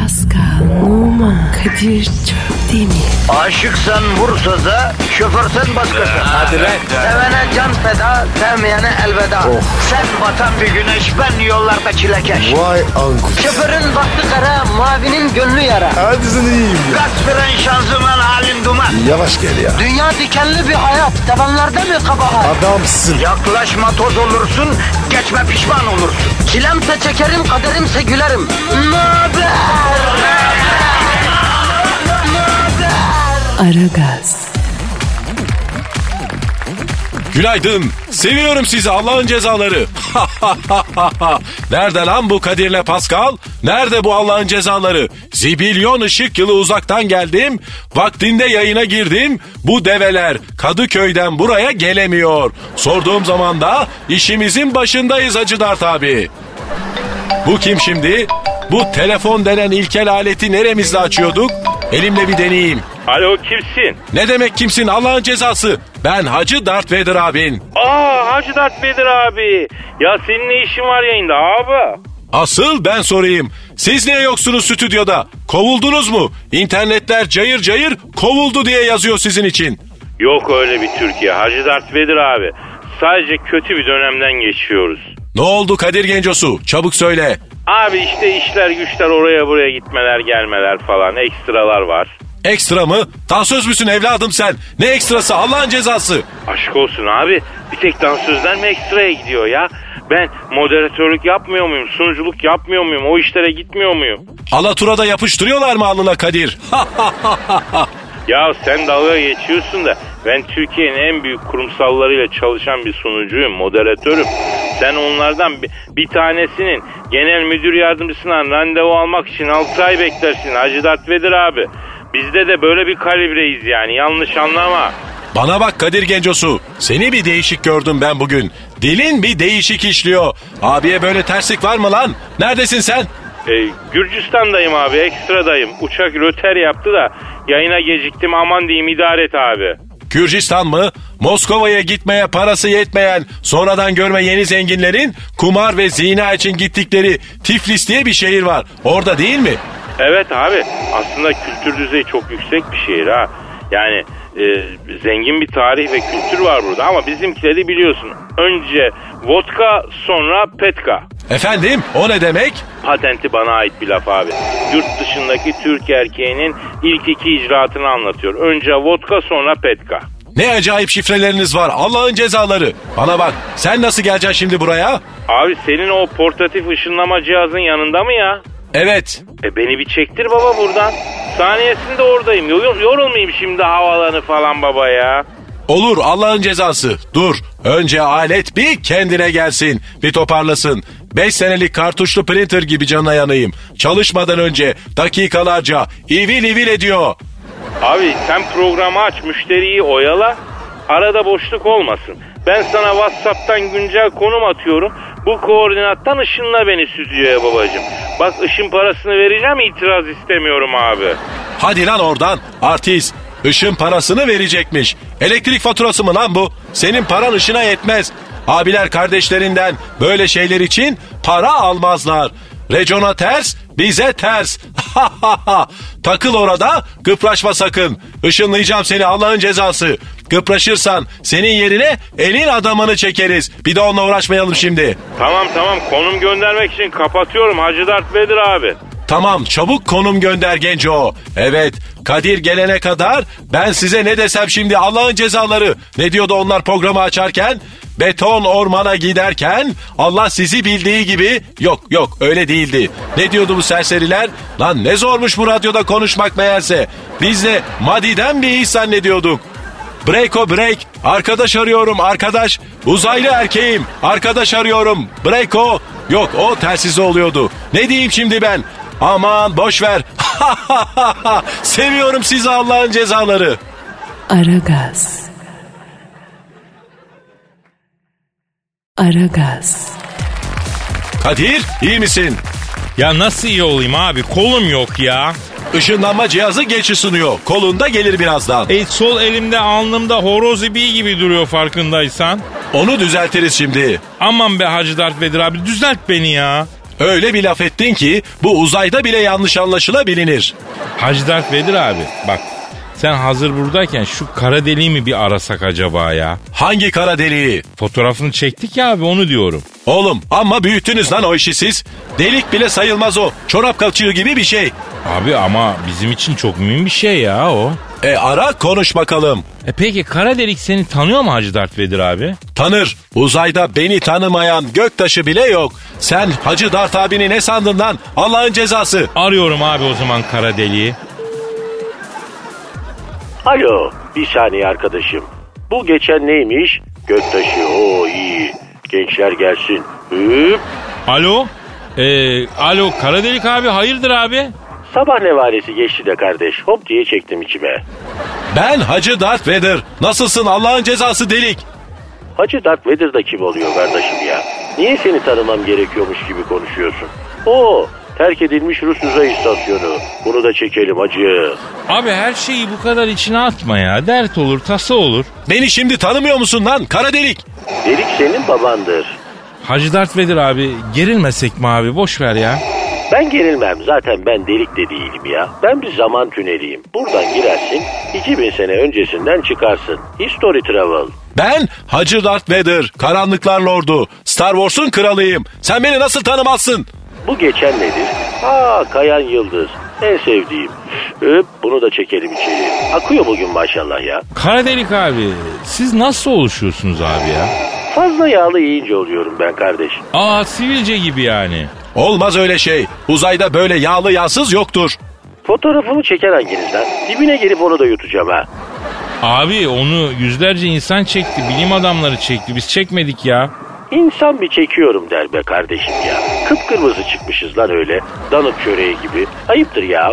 Pascal, Oman, Kadir çok değil mi? Aşıksan vursa da, şoförsen başkasın. Hadi lan. Sevene can feda, sevmeyene elveda. Sen batan bir güneş, ben yollarda çilekeş. Vay anku. Şoförün baktı kara, mavinin gönlü yara. Hadi sen iyiyim ya. Kasperen şanzıman halin duman. Yavaş gel ya. Dünya dikenli bir hayat, sevenlerde mi kabahar? Adamsın. Yaklaşma toz olursun, geçme pişman olursun. Çilemse çekerim, kaderimse gülerim. Möber! Aragaz. Günaydın. Seviyorum sizi Allah'ın cezaları. Nerede lan bu Kadir'le Pascal? Nerede bu Allah'ın cezaları? Zibilyon ışık yılı uzaktan geldim. Vaktinde yayına girdim. Bu develer Kadıköy'den buraya gelemiyor. Sorduğum zaman da işimizin başındayız Hacı Dert abi. Bu kim şimdi? Bu telefon denen ilkel aleti neremizde açıyorduk? Elimle bir deneyeyim. Alo, kimsin? Ne demek kimsin Allah'ın cezası? Ben Hacı Darth Vader abin. Hacı Darth Vader abi. Ya senin ne işin var yayında abi? Asıl ben sorayım. Siz niye yoksunuz stüdyoda? Kovuldunuz mu? İnternetler cayır cayır kovuldu diye yazıyor sizin için. Yok öyle bir Türkiye Hacı Darth Vader abi. Sadece kötü bir dönemden geçiyoruz. Ne oldu Kadir Gencosu? Çabuk söyle. Abi işte işler güçler, oraya buraya gitmeler gelmeler falan, ekstralar var. Ekstra mı? Dansöz müsün evladım sen? Ne ekstrası Allah'ın cezası? Aşk olsun abi, bir tek dansözler mi ekstraya gidiyor ya? Ben moderatörlük yapmıyor muyum? Sunuculuk yapmıyor muyum? O işlere gitmiyor muyum? Alatura'da yapıştırıyorlar mı alnına Kadir? Ya sen dalga geçiyorsun da ben Türkiye'nin en büyük kurumsallarıyla çalışan bir sunucuyum, moderatörüm. Sen onlardan bir tanesinin genel müdür yardımcısından randevu almak için 6 ay beklersin Hacı Dert Vedir abi. Bizde de böyle bir kalibreyiz yani, yanlış anlama. Bana bak Kadir Gencosu, seni bir değişik gördüm ben bugün. Dilin bir değişik işliyor. Abiye böyle terslik var mı lan? Neredesin sen? Gürcistan'dayım abi, ekstradayım. Uçak röter yaptı da yayına geciktim, aman diyeyim, idare et abi. Gürcistan mı? Moskova'ya gitmeye parası yetmeyen, sonradan görme yeni zenginlerin kumar ve zina için gittikleri Tiflis diye bir şehir var. Orada değil mi? Evet abi, aslında kültür düzeyi çok yüksek bir şehir ha. Yani zengin bir tarih ve kültür var burada ama bizimkileri biliyorsun. Önce vodka, sonra petka. Efendim, o ne demek? Patenti bana ait bir laf abi. Yurt dışındaki Türk erkeğinin ilk 2 icraatını anlatıyor. Önce vodka, sonra petka. Ne acayip şifreleriniz var Allah'ın cezaları. Bana bak, sen nasıl geleceksin şimdi buraya? Abi senin o portatif ışınlama cihazın yanında mı ya? Evet. Beni bir çektir baba buradan. Saniyesinde oradayım. Yorulmayayım şimdi havalanı falan baba ya. Olur Allah'ın cezası. Dur. Önce alet bir kendine gelsin. Bir toparlasın. 5 senelik kartuşlu printer gibi canına yanayım. Çalışmadan önce dakikalarca ivil ivil ediyor. Abi sen programı aç, müşteriyi oyala. Arada boşluk olmasın. Ben sana WhatsApp'tan güncel konum atıyorum. Bu koordinattan ışınla beni stüdyoya babacığım. Bak ışın parasını vereceğim, itiraz istemiyorum abi. Hadi lan oradan artist. Işın parasını verecekmiş. Elektrik faturası mı lan bu? Senin paran ışına yetmez. Abiler kardeşlerinden böyle şeyler için para almazlar. Recona ters, bize ters. Takıl orada, gıpraşma sakın. Işınlayacağım seni Allah'ın cezası. Gıpraşırsan senin yerine elin adamını çekeriz. Bir de onunla uğraşmayalım şimdi. Tamam, konum göndermek için kapatıyorum Hacı Dert Vedir abi. Tamam, çabuk konum gönder Genco. Evet, Kadir gelene kadar ben size ne desem şimdi Allah'ın cezaları. Ne diyordu onlar programı açarken? Beton ormana giderken Allah sizi bildiği gibi... Yok öyle değildi. Ne diyordu bu serseriler? Lan ne zormuş bu radyoda konuşmak meğerse. Biz de madiden bir iş zannediyorduk. Break. Arkadaş arıyorum arkadaş. Uzaylı erkeğim. Arkadaş arıyorum. Breako. Yok o telsizde oluyordu. Ne diyeyim şimdi ben? Aman boş ver. Seviyorum sizi Allah'ın cezaları. Aragaz. Kadir iyi misin? Ya nasıl iyi olayım abi, kolum yok ya. Işınlanma cihazı geç ısınıyor. Kolunda gelir birazdan. Sol elimde alnımda horoz ibiği gibi duruyor farkındaysan. Onu düzeltiriz şimdi. Aman be Hacı Dert Vedir abi, düzelt beni ya. Öyle bir laf ettin ki bu uzayda bile yanlış anlaşılabilir. Hacı Dert Vedir abi bak sen hazır buradayken şu kara deliği mi bir arasak acaba ya? Hangi kara deliği? Fotoğrafını çektik ya abi onu diyorum. Oğlum amma büyüttünüz lan o işi siz. Delik bile sayılmaz o. Çorap kaçığı gibi bir şey. Abi ama bizim için çok mühim bir şey ya o. Ara konuş bakalım. Peki kara delik seni tanıyor mu Hacı Dert Vedir abi? Tanır. Uzayda beni tanımayan göktaşı bile yok. Sen Hacı Dert abini ne sandın lan? Allah'ın cezası. Arıyorum abi o zaman kara deliği. Alo, bir saniye arkadaşım. Bu geçen neymiş? Göktaşı, o iyi. Gençler gelsin. Hüp. Alo? Alo kara delik abi hayırdır abi? Sabah nevaresi geçti de kardeş. Hop diye çektim içime. Ben Hacı Dert Vedir. Nasılsın Allah'ın cezası delik? Hacı Darth Vader da kim oluyor kardeşim ya? Niye seni tanımam gerekiyormuş gibi konuşuyorsun? Oo, terk edilmiş Rus uzay istasyonu. Bunu da çekelim hacı. Abi her şeyi bu kadar içine atma ya. Dert olur, tasa olur. Beni şimdi tanımıyor musun lan kara delik? Delik senin babandır. Hacı Dert Vedir abi gerilmesek mi abi boş ver ya. Ben gerilmem. Zaten ben delik de değilim ya. Ben bir zaman tüneliyim. Buradan girersin, 2000 sene öncesinden çıkarsın. History travel. Ben Hacı Dert Vedir, Karanlıklar Lordu, Star Wars'un kralıyım. Sen beni nasıl tanımazsın? Bu geçen nedir? Kayan Yıldız. En sevdiğim. Bunu da çekelim içeri. Akıyor bugün maşallah ya. Kara delik abi siz nasıl oluşuyorsunuz abi ya? Fazla yağlı yiyince oluyorum ben kardeş. Sivilce gibi yani. Olmaz öyle şey. Uzayda böyle yağlı yağsız yoktur. Fotoğrafımı çeken hanginizden? Dibine gelip onu da yutacağım ha. Abi onu yüzlerce insan çekti. Bilim adamları çekti. Biz çekmedik ya. İnsan bir çekiyorum der be kardeşim ya. Kıpkırmızı çıkmışız lan öyle. Danıt çöreği gibi. Ayıptır ya.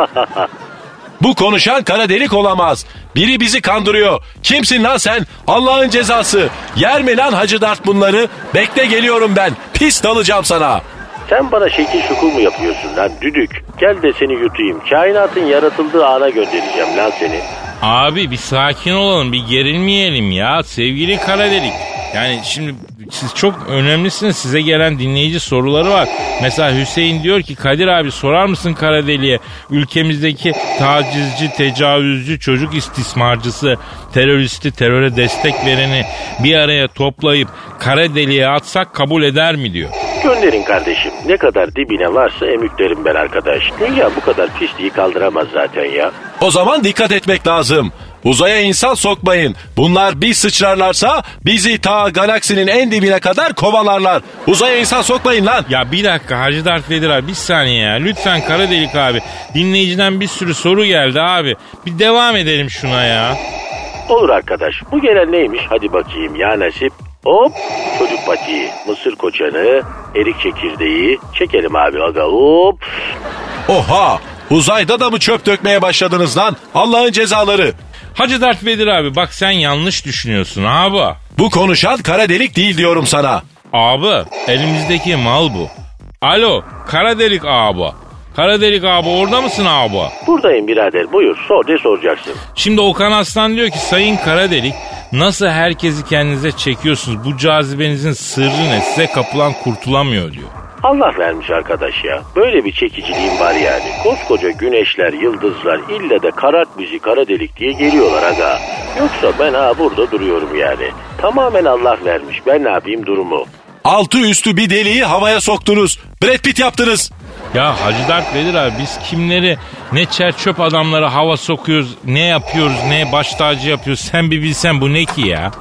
Bu konuşan kara delik olamaz. Biri bizi kandırıyor. Kimsin lan sen? Allah'ın cezası. Yer mi lan Hacı Dert bunları? Bekle geliyorum ben. Pis dalacağım sana. Sen bana şekil şukul mu yapıyorsun lan düdük? Gel de seni yutayım. Kainatın yaratıldığı ana göndereceğim lan seni. Abi bir sakin olalım, bir gerilmeyelim ya sevgili kara delik. Yani şimdi siz çok önemlisiniz, size gelen dinleyici soruları var. Mesela Hüseyin diyor ki Kadir abi sorar mısın kara deliğe ülkemizdeki tacizci, tecavüzcü, çocuk istismarcısı, teröristi, teröre destek vereni bir araya toplayıp kara deliğe atsak kabul eder mi diyor. Gönderin kardeşim. Ne kadar dibine varsa emüklerim ben arkadaş. Dünya bu kadar pisliği kaldıramaz zaten ya. O zaman dikkat etmek lazım. Uzaya insan sokmayın. Bunlar bir sıçrarlarsa bizi ta galaksinin en dibine kadar kovalarlar. Uzaya insan sokmayın lan. Ya bir dakika Hacı Dert Vedir abi bir saniye ya. Lütfen kara delik abi. Dinleyiciden bir sürü soru geldi abi. Bir devam edelim şuna ya. Olur arkadaş. Bu gelen neymiş? Hadi bakayım ya nasip. Hop, çocuk patiği, mısır koçanı, erik çekirdeği. Çekelim abi aga hop. Oha! Uzayda da mı çöp dökmeye başladınız lan? Allah'ın cezaları. Hacı Dert Vedir abi bak sen yanlış düşünüyorsun abi. Bu konuşan kara delik değil diyorum sana. Abi elimizdeki mal bu. Alo kara delik abi. Kara delik abi orada mısın abi? Buradayım birader buyur sor ne soracaksın? Şimdi Okan Aslan diyor ki sayın kara delik nasıl herkesi kendinize çekiyorsunuz? Bu cazibenizin sırrı ne? Size kapılan kurtulamıyor diyor. Allah vermiş arkadaş ya. Böyle bir çekiciliğim var yani. Koskoca güneşler, yıldızlar ille de karart bizi kara delik diye geliyorlar aga. Yoksa ben burada duruyorum yani. Tamamen Allah vermiş. Ben ne yapayım durumu? Altı üstü bir deliği havaya soktunuz. Brad Pitt yaptınız. Ya Hacı Dert Vedir abi biz kimleri ne çerçöp adamları hava sokuyoruz, ne yapıyoruz, ne baş tacı yapıyoruz sen bir bilsen bu ne ki ya?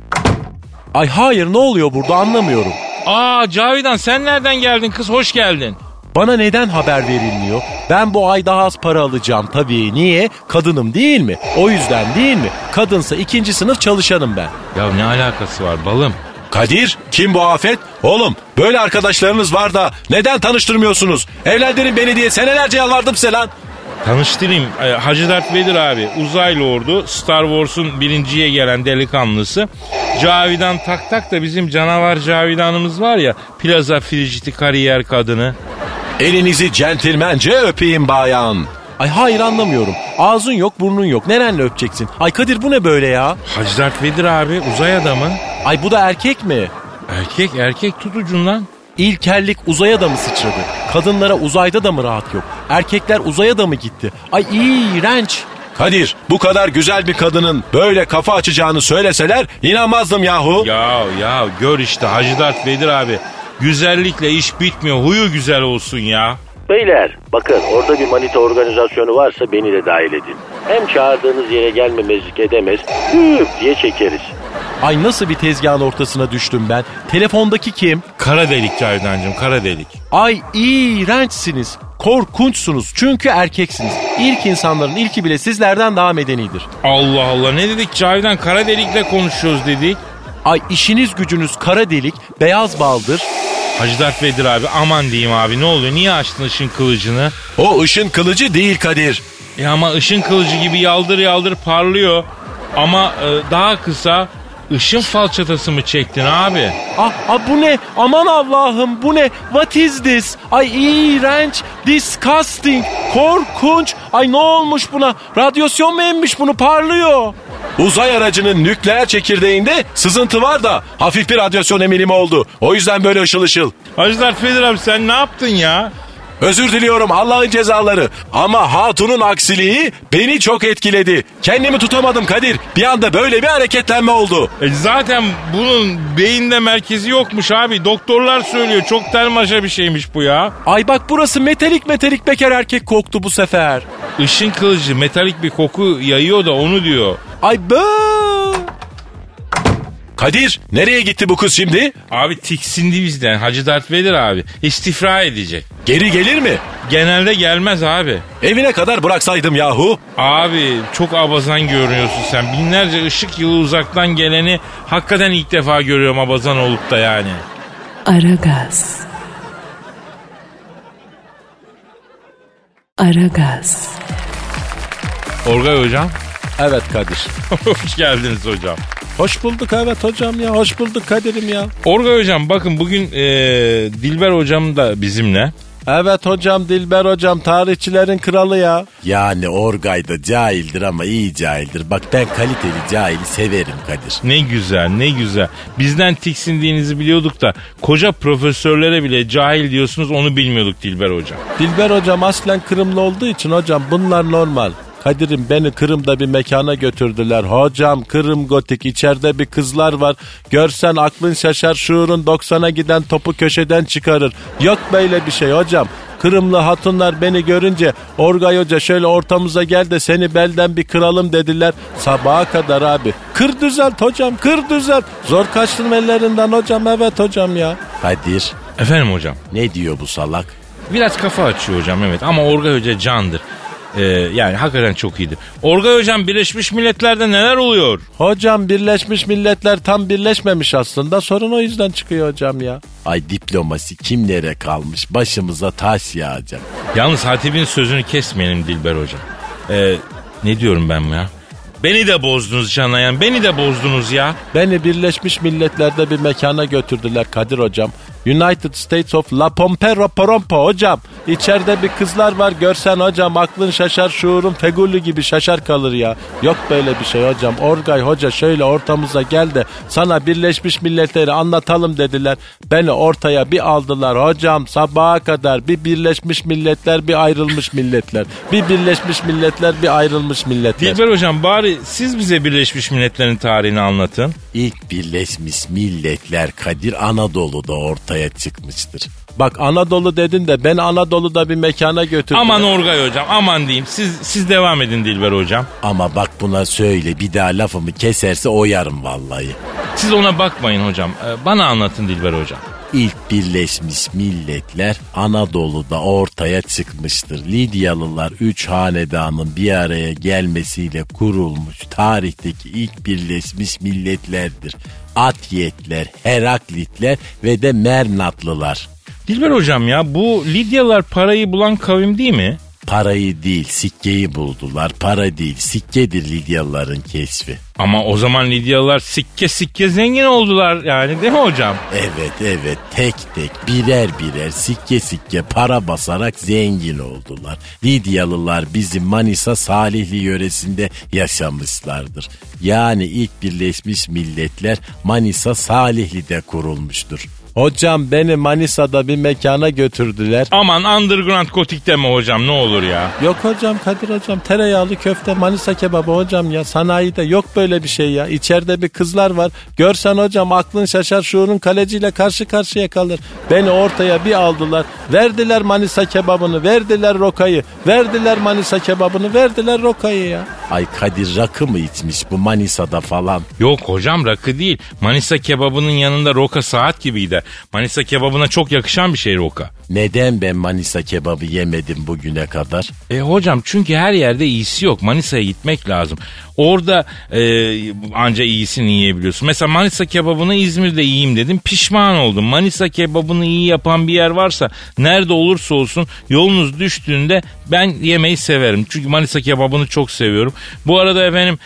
Ay hayır ne oluyor burada anlamıyorum. Cavidan sen nereden geldin kız hoş geldin. Bana neden haber verilmiyor? Ben bu ay daha az para alacağım tabii. Niye? Kadınım değil mi? O yüzden değil mi? Kadınsa 2. sınıf çalışanım ben. Ya ne alakası var balım? Kadir kim bu afet? Oğlum böyle arkadaşlarınız var da neden tanıştırmıyorsunuz? Evlendirin beni diye senelerce yalvardım size lan. Tanıştırayım Hacı Dert Vedir abi uzaylı ordu Star Wars'un birinciye gelen delikanlısı. Cavidan Tak da bizim canavar Cavidan'ımız var ya plaza friciti kariyer kadını. Elinizi centilmence öpeyim bayan. Ay hayır anlamıyorum. Ağzın yok burnun yok. Nerenle öpeceksin? Ay Kadir bu ne böyle ya? Hacı Dert Vedir abi uzay adamı. Ay bu da erkek mi? Erkek tut ucundan. İlkellik uzaya da mı sıçradı? Kadınlara uzayda da mı rahat yok? Erkekler uzaya da mı gitti? Ay iğrenç. Kadir, bu kadar güzel bir kadının böyle kafa açacağını söyleseler inanmazdım yahu. Ya gör işte Hacı Dert Vedir abi. Güzellikle iş bitmiyor. Huyu güzel olsun ya. Beyler bakın orada bir manita organizasyonu varsa beni de dahil edin. Hem çağırdığınız yere gelmemezlik edemez, hüp diye çekeriz. Ay nasıl bir tezgahın ortasına düştüm ben. Telefondaki kim? Kara delik Cavidancığım, kara delik. Ay iğrençsiniz. Korkunçsunuz çünkü erkeksiniz. İlk insanların ilki bile sizlerden daha medenidir. Allah Allah, ne dedik Cavidan? Kara delikle konuşuyoruz dedik. Ay işiniz gücünüz kara delik, beyaz baldır. Hacı Dert Vedir abi, aman diyeyim abi, ne oluyor? Niye açtın ışın kılıcını? O ışın kılıcı değil Kadir. Ama ışın kılıcı gibi yaldır yaldır parlıyor. Ama daha kısa, ışın falçatası mı çektin abi? Bu ne? Aman Allah'ım bu ne? What is this? Ay iğrenç, disgusting, korkunç. Ay ne olmuş buna? Radyasyon mu emmiş bunu, parlıyor. Uzay aracının nükleer çekirdeğinde sızıntı var da hafif bir radyasyon emilimi oldu. O yüzden böyle ışıl ışıl. Hacı Dert Vedir abi sen ne yaptın ya? Özür diliyorum Allah'ın cezaları. Ama hatunun aksiliği beni çok etkiledi. Kendimi tutamadım Kadir. Bir anda böyle bir hareketlenme oldu. Zaten bunun beyinde merkezi yokmuş abi. Doktorlar söylüyor. Çok telmaşa bir şeymiş bu ya. Ay bak burası metalik bekar erkek koktu bu sefer. Işın kılıcı metalik bir koku yayıyor da onu diyor. Ay Kadir nereye gitti bu kız şimdi? Abi tiksindi bizden Hacı Dert Vedir abi. İstifra edecek. Geri gelir mi? Genelde gelmez abi. Evine kadar bıraksaydım yahu. Abi çok abazan görünüyorsun sen. Binlerce ışık yılı uzaktan geleni hakikaten ilk defa görüyorum abazan olup da yani. Aragaz. Aragaz. Orgay hocam. Evet Kadir. Hoş geldiniz hocam. Hoş bulduk evet hocam ya. Hoş bulduk Kadir'im ya. Orgay hocam bakın bugün Dilber hocam da bizimle. Evet hocam, Dilber hocam tarihçilerin kralı ya. Yani Orgay da cahildir ama iyi cahildir. Bak ben kaliteli cahili severim Kadir. Ne güzel ne güzel. Bizden tiksindiğinizi biliyorduk da koca profesörlere bile cahil diyorsunuz, onu bilmiyorduk Dilber hocam. Dilber hocam aslen Kırımlı olduğu için hocam bunlar normal. Kadir'im beni Kırım'da bir mekana götürdüler. Hocam Kırım gotik, içeride bir kızlar var. Görsen aklın şaşar, şuurun 90'a giden topu köşeden çıkarır. Yok böyle bir şey hocam. Kırımlı hatunlar beni görünce Orgay Hoca şöyle ortamıza gel de seni belden bir kıralım dediler. Sabaha kadar abi. Kır düzelt hocam, kır düzelt. Zor kaçtım ellerinden hocam, evet hocam ya. Kadir. Efendim hocam. Ne diyor bu salak? Biraz kafa açıyor hocam evet ama Orgay Hoca candır. Yani hakikaten çok iyidir. Orgay hocam Birleşmiş Milletler'de neler oluyor? Hocam Birleşmiş Milletler tam birleşmemiş aslında. Sorun o yüzden çıkıyor hocam ya. Ay diplomasi kimlere kalmış? Başımıza taş yağacak. Yalnız Hatip'in sözünü kesmeyelim Dilber hocam. Ne diyorum ben ya? Beni de bozdunuz Canayan, beni de bozdunuz ya. Beni Birleşmiş Milletler'de bir mekana götürdüler Kadir hocam. United States of La Pompero Porompo hocam. İçeride bir kızlar var, görsen hocam aklın şaşar, şuurun fegulli gibi şaşar kalır ya. Yok böyle bir şey hocam. Orgay Hoca şöyle ortamıza gel de sana Birleşmiş Milletleri anlatalım dediler. Beni ortaya bir aldılar hocam, sabaha kadar bir Birleşmiş Milletler bir ayrılmış milletler. Bir Birleşmiş Milletler bir ayrılmış milletler. Dilber hocam bari siz bize Birleşmiş Milletler'in tarihini anlatın. İlk Birleşmiş Milletler Kadir Anadolu'da ortaya çıkmıştır. Bak Anadolu dedin de ben Anadolu'da bir mekana götürdüm. Aman Orgay hocam aman diyeyim, siz devam edin Dilber hocam. Ama bak buna söyle, bir daha lafımı keserse oyarım vallahi. Siz ona bakmayın hocam, bana anlatın Dilber hocam. İlk Birleşmiş Milletler Anadolu'da ortaya çıkmıştır. Lidyalılar 3 hanedanın bir araya gelmesiyle kurulmuş tarihteki ilk Birleşmiş Milletler'dir. Atyetler, Heraklitler ve de Mernatlılar. Dilber hocam ya bu Lidyalılar parayı bulan kavim değil mi? Parayı değil sikkeyi buldular. Para değil sikkedir Lidyalıların keşfi. Ama o zaman Lidyalılar sikke zengin oldular yani değil mi hocam? Evet tek birer sikke para basarak zengin oldular. Lidyalılar bizim Manisa Salihli yöresinde yaşamışlardır. Yani ilk Birleşmiş Milletler Manisa Salihli'de kurulmuştur. Hocam beni Manisa'da bir mekana götürdüler. Aman underground gotik deme hocam ne olur ya. Yok hocam Kadir hocam, tereyağlı köfte Manisa kebabı hocam ya, sanayide yok böyle bir şey ya. İçeride bir kızlar var, görsen hocam aklın şaşar, şuurun kaleciyle karşı karşıya kalır. Beni ortaya bir aldılar, verdiler Manisa kebabını, verdiler rokayı, verdiler Manisa kebabını, verdiler rokayı ya. Ay Kadir, rakı mı içmiş bu Manisa'da falan? Yok hocam, rakı değil. Manisa kebabının yanında roka saat gibiydi. Manisa kebabına çok yakışan bir şey roka. Neden ben Manisa kebabı yemedim bugüne kadar? Hocam çünkü her yerde iyisi yok. Manisa'ya gitmek lazım. Orada anca iyisini yiyebiliyorsun. Mesela Manisa kebabını İzmir'de yiyeyim dedim. Pişman oldum. Manisa kebabını iyi yapan bir yer varsa nerede olursa olsun yolunuz düştüğünde ben yemeyi severim. Çünkü Manisa kebabını çok seviyorum. Bu arada efendim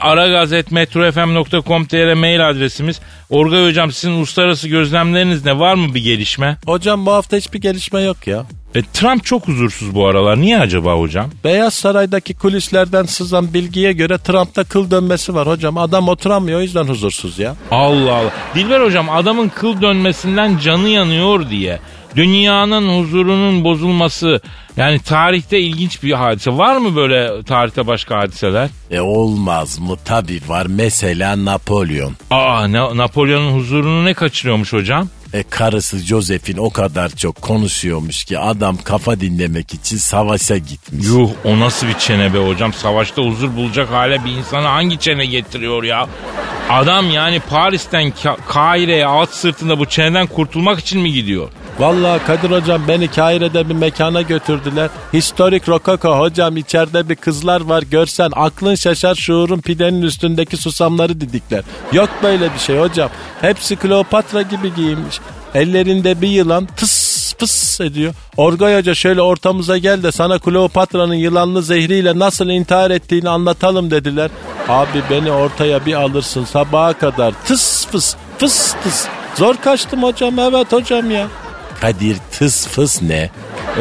aragaz@metrofm.com.tr mail adresimiz. Orgay hocam, sizin uluslararası gözlemleriniz ne? Var mı bir gelişme? Hocam bu hafta hiçbir gelişme yok ya. Trump çok huzursuz bu aralar. Niye acaba hocam? Beyaz Saray'daki kulislerden sızan bilgiye göre Trump'ta kıl dönmesi var hocam. Adam oturamıyor, o yüzden huzursuz ya. Allah Allah. Dilber hocam, adamın kıl dönmesinden canı yanıyor diye dünyanın huzurunun bozulması, yani tarihte ilginç bir hadise. Var mı böyle tarihte başka hadiseler? Olmaz mı? Tabii var. Mesela Napolyon. Napolyon'un huzurunu ne kaçırıyormuş hocam? Karısı Josephine o kadar çok konuşuyormuş ki adam kafa dinlemek için savaşa gitmiş. Yuh, o nasıl bir çene be hocam? Savaşta huzur bulacak hale bir insanı hangi çene getiriyor ya? Adam yani Paris'ten Kahire'ye alt sırtında bu çeneden kurtulmak için mi gidiyor? Vallahi Kadir hocam, beni Kahire'de bir mekana götürdüler. Historic Rococo hocam, içeride bir kızlar var, görsen aklın şaşar, şuurun pidenin üstündeki susamları didikler. Yok böyle bir şey hocam. Hepsi Kleopatra gibi giyinmiş. Ellerinde bir yılan tıs pıs ediyor. Orgay Hoca, şöyle ortamıza gel de sana Kleopatra'nın yılanlı zehriyle nasıl intihar ettiğini anlatalım dediler. Abi beni ortaya bir alırsın, sabaha kadar tıs fıs fıs tıs. Zor kaçtım hocam, evet hocam ya. Kadir, tıs fıs ne?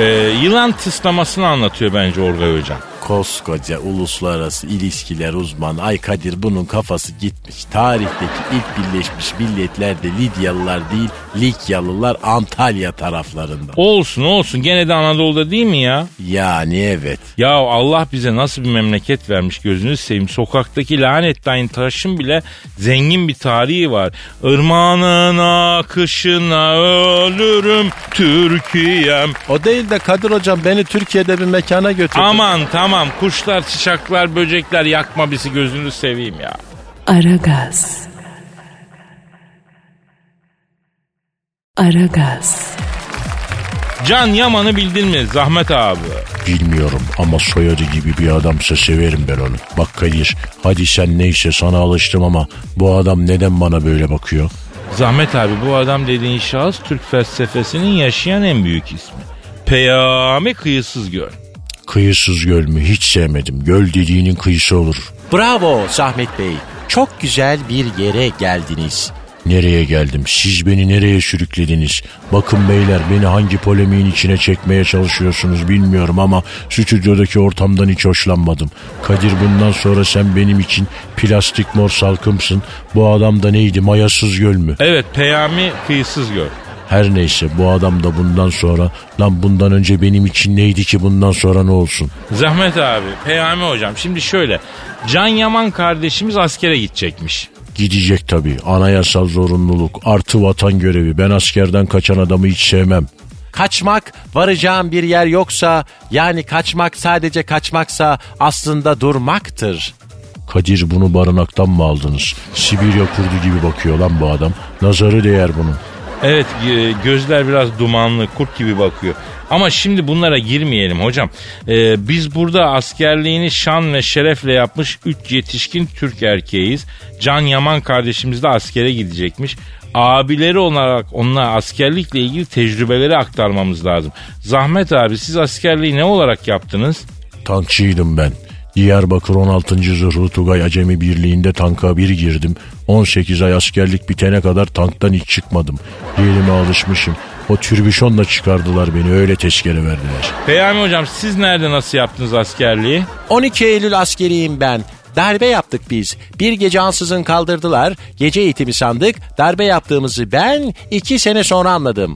Yılan tıslamasını anlatıyor bence Orgay hocam. Koskoca uluslararası ilişkiler uzmanı. Ay Kadir, bunun kafası gitmiş. Tarihteki ilk Birleşmiş Milletler'de Lidyalılar değil, Likyalılar Antalya taraflarında. Olsun gene de Anadolu'da değil mi ya? Yani evet. Ya Allah bize nasıl bir memleket vermiş, gözünüzü seveyim. Sokaktaki lanetli aynı taşın bile zengin bir tarihi var. Irmağının akışına ölürüm Türkiye'm. O değil de Kadir hocam, beni Türkiye'de bir mekana götürdü. Aman tamam, kuşlar, çiçekler, böcekler, yakma bizi, gözünü seveyim ya. Aragaz. Aragaz. Can Yaman'ı bildin mi Zahmet abi? Bilmiyorum ama soyadı gibi bir adamsa severim ben onu. Bak Kadir, hadi sen neyse, sana alıştım ama bu adam neden bana böyle bakıyor? Zahmet abi, bu adam dediğin şahıs Türk felsefesinin yaşayan en büyük ismi. Peyami Kıyısız Göl. Kıyısız göl mü? Hiç sevmedim. Göl dediğinin kıyısı olur. Bravo Zahmet Bey. Çok güzel bir yere geldiniz. Nereye geldim? Siz beni nereye sürüklediniz? Bakın beyler, beni hangi polemiğin içine çekmeye çalışıyorsunuz bilmiyorum ama stüdyodaki ortamdan hiç hoşlanmadım. Kadir, bundan sonra sen benim için plastik mor salkımsın. Bu adam da neydi? Mayasız göl mü? Evet, Peyami Kıyısız Göl. Her neyse, bu adam da bundan sonra, lan bundan önce benim için neydi ki bundan sonra ne olsun? Zahmet abi, Peyami hocam, şimdi şöyle, Can Yaman kardeşimiz askere gidecekmiş. Gidecek tabii, anayasal zorunluluk artı vatan görevi. Ben askerden kaçan adamı hiç sevmem. Kaçmak varacağım bir yer yoksa, yani kaçmak sadece kaçmaksa aslında durmaktır. Kadir, bunu barınaktan mı aldınız? Sibirya kurdu gibi bakıyor lan bu adam. Nazarı değer bunun. Evet, gözler biraz dumanlı, kurt gibi bakıyor. Ama şimdi bunlara girmeyelim hocam. Biz burada askerliğini şan ve şerefle yapmış 3 yetişkin Türk erkeğiz. Can Yaman kardeşimiz de askere gidecekmiş. Abileri olarak onlara askerlikle ilgili tecrübeleri aktarmamız lazım. Zahmet abi, siz askerliği ne olarak yaptınız? Tankçıydım ben. Diyarbakır 16. Zırhlı Tugay Acemi Birliği'nde tanka bir girdim. 18 ay askerlik bitene kadar tanktan hiç çıkmadım. Yerime alışmışım. O türbüşonla çıkardılar beni, öyle tezkere verdiler. Peyami hocam, siz nerede nasıl yaptınız askerliği? 12 Eylül askeriyim ben. Darbe yaptık biz. Bir gece ansızın kaldırdılar. Gece eğitimi sandık. Darbe yaptığımızı ben 2 sene sonra anladım.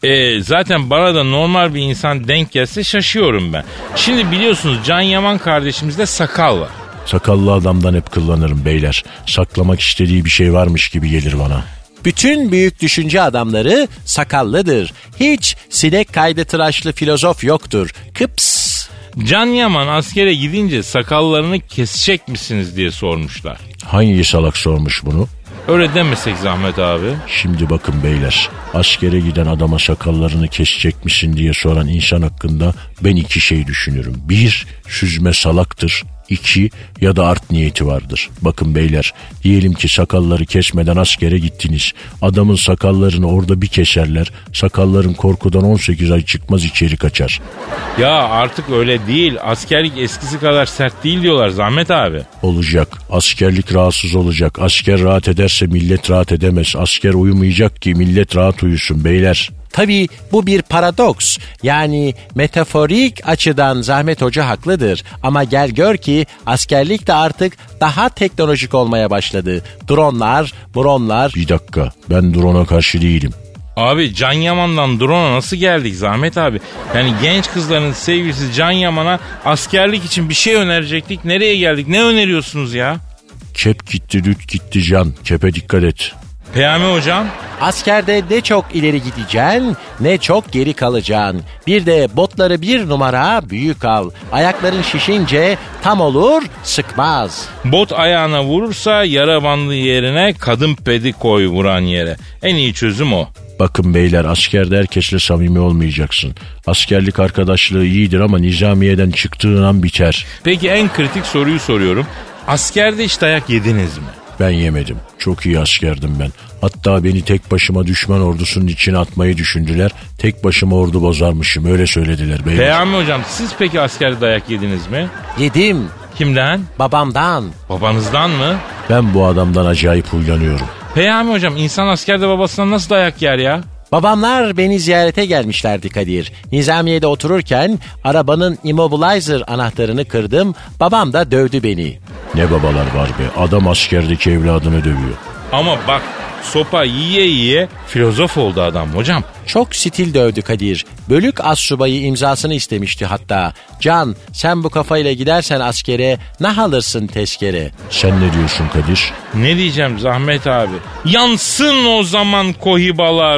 Zaten bana da normal bir insan denk gelse şaşıyorum ben. Şimdi biliyorsunuz Can Yaman kardeşimizde sakal var. Sakallı adamdan hep kullanırım beyler. Saklamak istediği bir şey varmış gibi gelir bana. Bütün büyük düşünce adamları sakallıdır. Hiç sinek kaydı tıraşlı filozof yoktur. Kıps. Can Yaman askere gidince sakallarını kesecek misiniz diye sormuşlar. Hangi salak sormuş bunu? Öyle demesek Zahmet abi. Şimdi bakın beyler, askere giden adama sakallarını kesecek misin diye soran insan hakkında ben 2 şey düşünürüm. 1, süzme salaktır. 2, ya da art niyeti vardır. Bakın beyler, diyelim ki sakalları kesmeden askere gittiniz. Adamın sakallarını orada bir keserler. Sakalların korkudan 18 ay çıkmaz, içeri kaçar. Ya artık öyle değil. Askerlik eskisi kadar sert değil diyorlar Zahmet abi. Olacak. Askerlik rahatsız olacak. Asker rahat ederse millet rahat edemez. Asker uyumayacak ki millet rahat uyusun beyler. Tabii bu bir paradoks. Yani metaforik açıdan Zahmet Hoca haklıdır. Ama gel gör ki askerlik de artık daha teknolojik olmaya başladı. Dronlar, bronlar. Bir dakika, ben drone'a karşı değilim. Abi Can Yaman'dan drone'a nasıl geldik Zahmet abi? Yani genç kızların sevgilisi Can Yaman'a askerlik için bir şey önerecektik. Nereye geldik? Ne öneriyorsunuz ya? Kep gitti, düt gitti can. Kepe dikkat et. Peyami hocam? Askerde ne çok ileri gideceksin ne çok geri kalacaksın. Bir de botları 1 numara büyük al. Ayakların şişince tam olur, sıkmaz. Bot ayağına vurursa yara bandı yerine kadın pedi koy vuran yere. En iyi çözüm o. Bakın beyler, askerde herkesle samimi olmayacaksın. Askerlik arkadaşlığı iyidir ama nizamiyeden çıktığın an biter. Peki en kritik soruyu soruyorum. Askerde hiç dayak yediniz mi? Ben yemedim. Çok iyi askerdim ben. Hatta beni tek başıma düşman ordusunun içine atmayı düşündüler. Tek başıma ordu bozarmışım, öyle söylediler beyler. Peyami hocam, siz peki askerde dayak yediniz mi? Yedim. Kimden? Babamdan. Babanızdan mı? Ben bu adamdan acayip huylanıyorum. Peyami hocam, insan askerde babasından nasıl dayak yer ya? Babamlar beni ziyarete gelmişlerdi Kadir. Nizamiye'de otururken arabanın immobilizer anahtarını kırdım. Babam da dövdü beni. Ne babalar var be, adam askerdeki evladını dövüyor. Ama bak, sopa yiye yiye filozof oldu adam hocam. Çok stil dövdü Kadir. Bölük astsubayı imzasını istemişti hatta. Can, sen bu kafayla gidersen askere nah alırsın tezkere. Sen ne diyorsun Kadir? Ne diyeceğim Zahmet abi? Yansın o zaman kohibalar.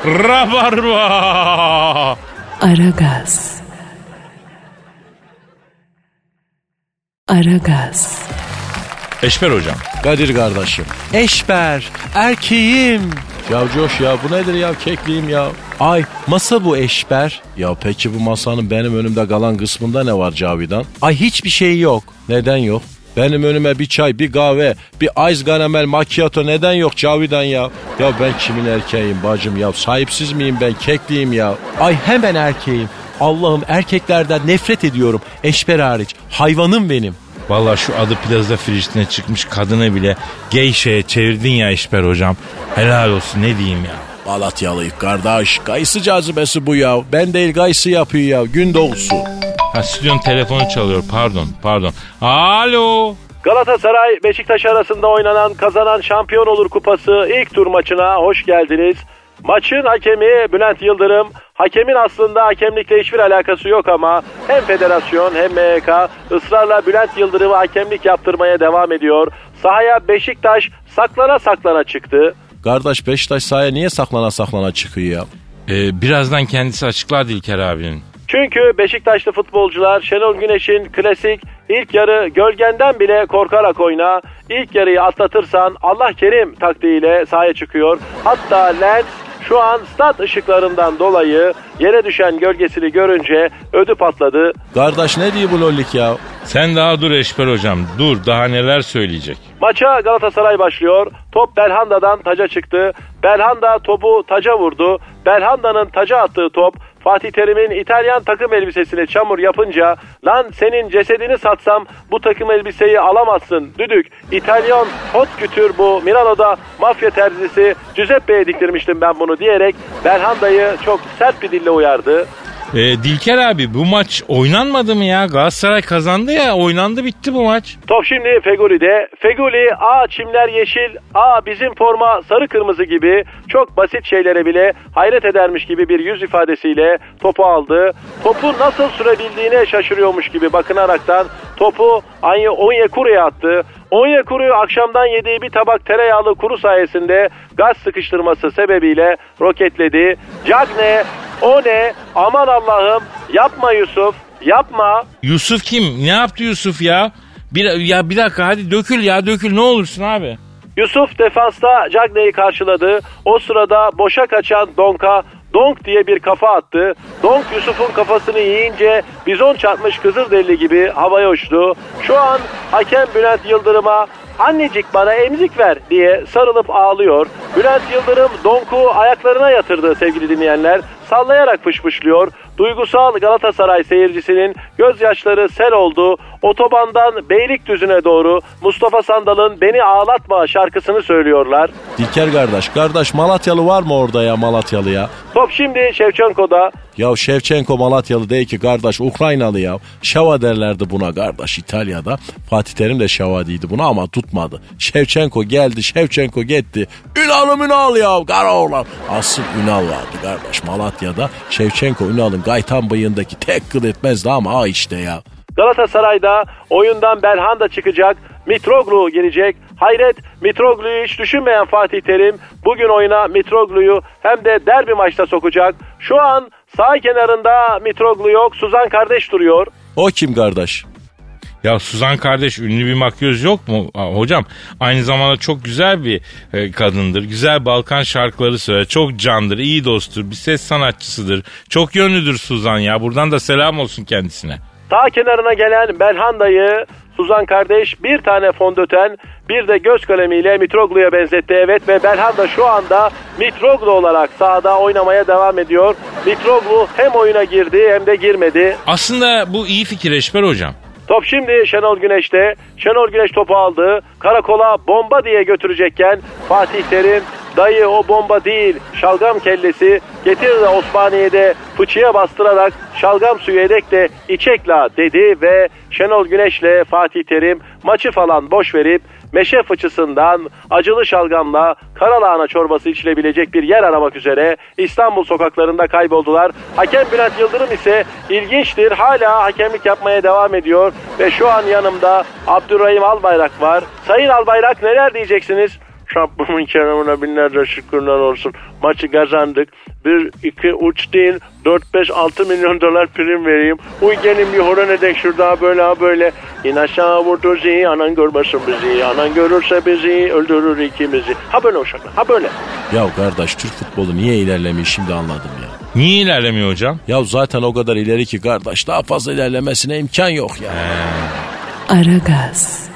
Rabarba. Aragaz. Aragaz. Eşber hocam. Kadir kardeşim. Eşber, erkeğim. Ya Coş ya, bu nedir ya, kekliyim ya. Ay, masa bu Eşber. Ya peki bu masanın benim önümde kalan kısmında ne var Cavidan? Ay hiçbir şey yok. Neden yok? Benim önüme bir çay, bir kahve, bir ice caramel macchiato neden yok Cavidan ya? Ya ben kimin erkeğiyim bacım ya? Sahipsiz miyim ben, kekliyim ya? Ay hemen erkeğim. Allah'ım, erkeklerden nefret ediyorum. Eşber hariç. Hayvanım benim. Vallahi şu adı Plaza Friştine çıkmış kadını bile geyşeye çevirdin ya Eşber hocam. Helal olsun, ne diyeyim ya. Malatyalıyım kardeş. Kayısı cazibesi bu ya. Ben değil, kayısı yapıyor ya. Gün doğusu. Ha, stüdyonun telefonu çalıyor, pardon. Alo. Galatasaray Beşiktaş arasında oynanan kazanan şampiyon olur kupası ilk tur maçına hoş geldiniz. Maçın hakemi Bülent Yıldırım. Hakemin aslında hakemlikle hiçbir alakası yok ama hem federasyon hem MHK ısrarla Bülent Yıldırım'ı hakemlik yaptırmaya devam ediyor. Sahaya Beşiktaş saklana çıktı. Kardeş, Beşiktaş sahaya niye saklana çıkıyor ya? Birazdan kendisi açıklar Dilker abinin. Çünkü Beşiktaşlı futbolcular Şenol Güneş'in klasik ilk yarı gölgenden bile korkarak oyna, ilk yarıyı atlatırsan Allah kerim taktiğiyle sahaya çıkıyor. Hatta Lens şu an stat ışıklarından dolayı yere düşen gölgesini görünce ödü patladı. Kardeş ne diyor bu lollik ya? Sen daha dur Eşber hocam, dur, daha neler söyleyecek. Maça Galatasaray başlıyor. Top Belhanda'dan taca çıktı. Belhanda topu taca vurdu. Belhanda'nın taca attığı top Fatih Terim'in İtalyan takım elbisesine çamur yapınca lan senin cesedini satsam bu takım elbiseyi alamazsın düdük. İtalyan hot kütür bu, Milano'da mafya terzisi Giuseppe'ye diktirmiştim ben bunu diyerek Belhanda'yı çok sert bir dille uyardı. Dilker abi bu maç oynanmadı mı ya? Galatasaray kazandı ya, oynandı bitti bu maç. Top şimdi Fegoli'de. Fegoli çimler yeşil, bizim forma sarı kırmızı gibi çok basit şeylere bile hayret edermiş gibi bir yüz ifadesiyle topu aldı. Topu nasıl sürebildiğine şaşırıyormuş gibi bakınaraktan topu Onyekuru'ya attı. Onyekuru akşamdan yediği bir tabak tereyağlı kuru sayesinde gaz sıkıştırması sebebiyle roketledi. Cagne, o ne? Aman Allah'ım, yapma Yusuf, yapma. Yusuf kim? Ne yaptı Yusuf ya? Bir dakika hadi dökül ne olursun abi. Yusuf defansta Cagne'yi karşıladı. O sırada boşa kaçan Donk'a Donk diye bir kafa attı. Donk Yusuf'un kafasını yiyince bizon çarpmış Kızılderili gibi havaya uçtu. Şu an hakem Bülent Yıldırım'a "Annecik bana emzik ver" diye sarılıp ağlıyor. Bülent Yıldırım Donk'u ayaklarına yatırdı sevgili dinleyenler. Sallayarak fışfışlıyor. Duygusal Galatasaray seyircisinin gözyaşları sel oldu. Otobandan Beylikdüzü'ne doğru Mustafa Sandal'ın "Beni Ağlatma" şarkısını söylüyorlar. Dilker kardeş Malatyalı var mı orada ya, Malatyalı ya? Top şimdi Şevçenko'da. Ya Şevçenko Malatyalı değil ki kardeş, Ukraynalı ya. Şava derlerdi buna kardeş İtalya'da. Fatih Terim de Şava'dıydı buna ama tutmadı. Şevçenko geldi, Şevçenko gitti. Ünal ya kara oğlan. Asıl Ünal vardı kardeş Malatya'da. Şevçenko Ünal'ın gaytan bıyığındaki tek kıl etmezdi ama işte ya. Galatasaray'da oyundan Belhanda çıkacak. Mitroglou girecek. Hayret, Mitroglou'yu hiç düşünmeyen Fatih Terim bugün oyuna Mitroglou'yu hem de derbi maçta sokacak. Şu an sağ kenarında Mitroglou yok, Suzan kardeş duruyor. O kim kardeş? Ya Suzan kardeş ünlü bir makyöz yok mu? Hocam aynı zamanda çok güzel bir kadındır. Güzel Balkan şarkıları söyler. Çok candır, iyi dosttur, bir ses sanatçısıdır. Çok yönlüdür Suzan ya. Buradan da selam olsun kendisine. Sağ kenarına gelen Belhanda'yı Suzan kardeş bir tane fondöten, bir de göz kalemiyle Mitroglou'ya benzetti. Evet, ve Belhanda şu anda Mitroglou olarak sahada oynamaya devam ediyor. Mitroglou hem oyuna girdi hem de girmedi. Aslında bu iyi fikir Eşber hocam. Top şimdi Şenol Güneş'te. Şenol Güneş topu aldı. Karakola bomba diye götürecekken Fatih Terim "Dayı o bomba değil, şalgam kellesi, getir de Osmaniye'de fıçıya bastırarak şalgam suyu edek de içekla" dedi ve Şenol Güneş'le Fatih Terim maçı falan boş verip meşe fıçısından acılı şalgamla karalahana çorbası içilebilecek bir yer aramak üzere İstanbul sokaklarında kayboldular. Hakem Bülent Yıldırım ise ilginçtir, hala hakemlik yapmaya devam ediyor ve şu an yanımda Abdurrahim Albayrak var. Sayın Albayrak, neler diyeceksiniz? Rabbimin keremine binlerce şükürler olsun. Maçı kazandık. 1, 2, 3 değil 4, 5, 6 milyon dolar prim vereyim. Uy gelin bir horon edek şurada böyle. İn aşağı vurdu zi, anan görmesin bizi. Anan görürse bizi öldürür ikimizi. Ha böyle uşaklar, ha böyle. Ya kardeş, Türk futbolu niye ilerlemiyor şimdi anladım ya. Niye ilerlemiyor hocam? Ya zaten o kadar ileri ki kardeş, daha fazla ilerlemesine imkan yok ya. Aragaz.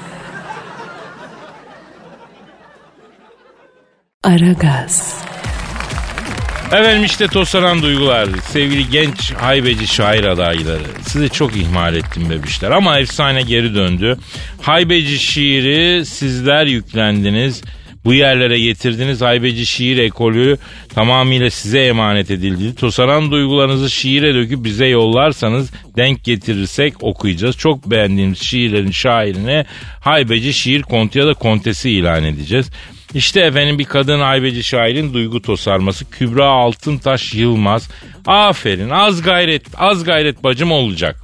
Aragaz. Efendim işte toslanan duygular, sevgili genç haybeci şair adayları. Sizi çok ihmal ettim bebişler ama efsane geri döndü. Haybeci şiiri sizler yüklendiniz. Bu yerlere getirdiniz. Haybeci şiir ekolü tamamıyla size emanet edildi. Tosaran duygularınızı şiire döküp bize yollarsanız denk getirirsek okuyacağız. Çok beğendiğimiz şiirlerin şairini haybeci şiir kontu ya da kontesi ilan edeceğiz. İşte efendim bir kadın haybeci şairin duygu tosarması Kübra Altıntaş Yılmaz. Aferin, az gayret bacım olacak.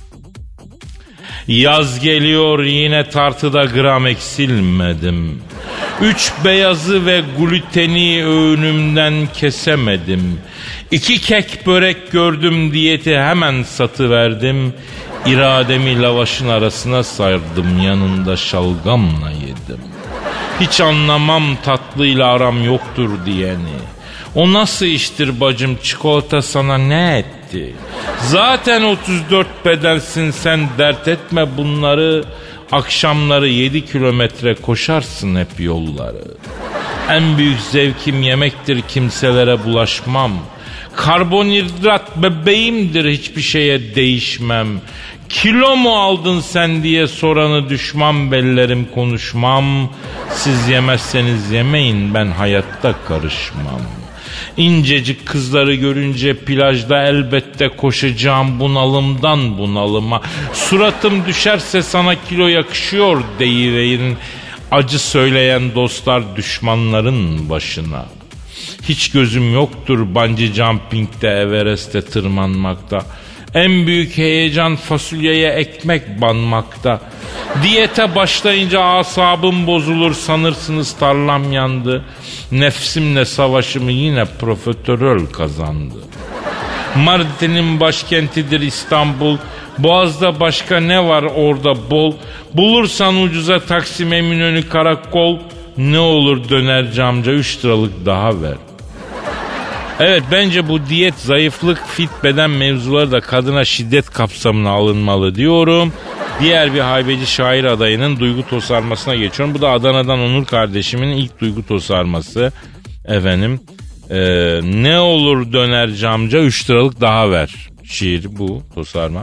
Yaz geliyor yine tartıda gram eksilmedim. 3 beyazı ve gluteni öğünümden kesemedim. 2 kek börek gördüm diyeti hemen satıverdim. İrademi lavaşın arasına sardım, yanında şalgamla yedim. Hiç anlamam tatlıyla aram yoktur diyeni. O nasıl iştir bacım, çikolata sana ne etti? Zaten 34 bedensin sen, dert etme bunları. Akşamları 7 kilometre koşarsın hep yolları. En büyük zevkim yemektir, kimselere bulaşmam. Karbonhidrat bebeğimdir, hiçbir şeye değişmem. Kilo mu aldın sen diye soranı düşman bellerim, konuşmam. Siz yemezseniz yemeyin, ben hayatta karışmam. İncecik kızları görünce plajda elbette koşacağım bunalımdan bunalıma. Suratım düşerse sana kilo yakışıyor deyiverin. Acı söyleyen dostlar düşmanların başına. Hiç gözüm yoktur bungee jumping'de, Everest'te tırmanmakta. En büyük heyecan fasulyeye ekmek banmakta. Diyete başlayınca asabım bozulur, sanırsınız tarlam yandı. Nefsimle savaşımı yine profiterol kazandı. Mardin'in başkentidir İstanbul. Boğaz'da başka ne var orada bol? Bulursan ucuza Taksim, Eminönü, Karakol. Ne olur dönerci amca 3 liralık daha ver. Evet, bence bu diyet, zayıflık, fit beden mevzuları da kadına şiddet kapsamına alınmalı diyorum. Diğer bir haybeci şair adayının duygu tosarmasına geçiyorum. Bu da Adana'dan Onur kardeşimin ilk duygu tosarması. Efendim, ne olur dönerci amca 3 liralık daha ver. Şiir bu, tosarma.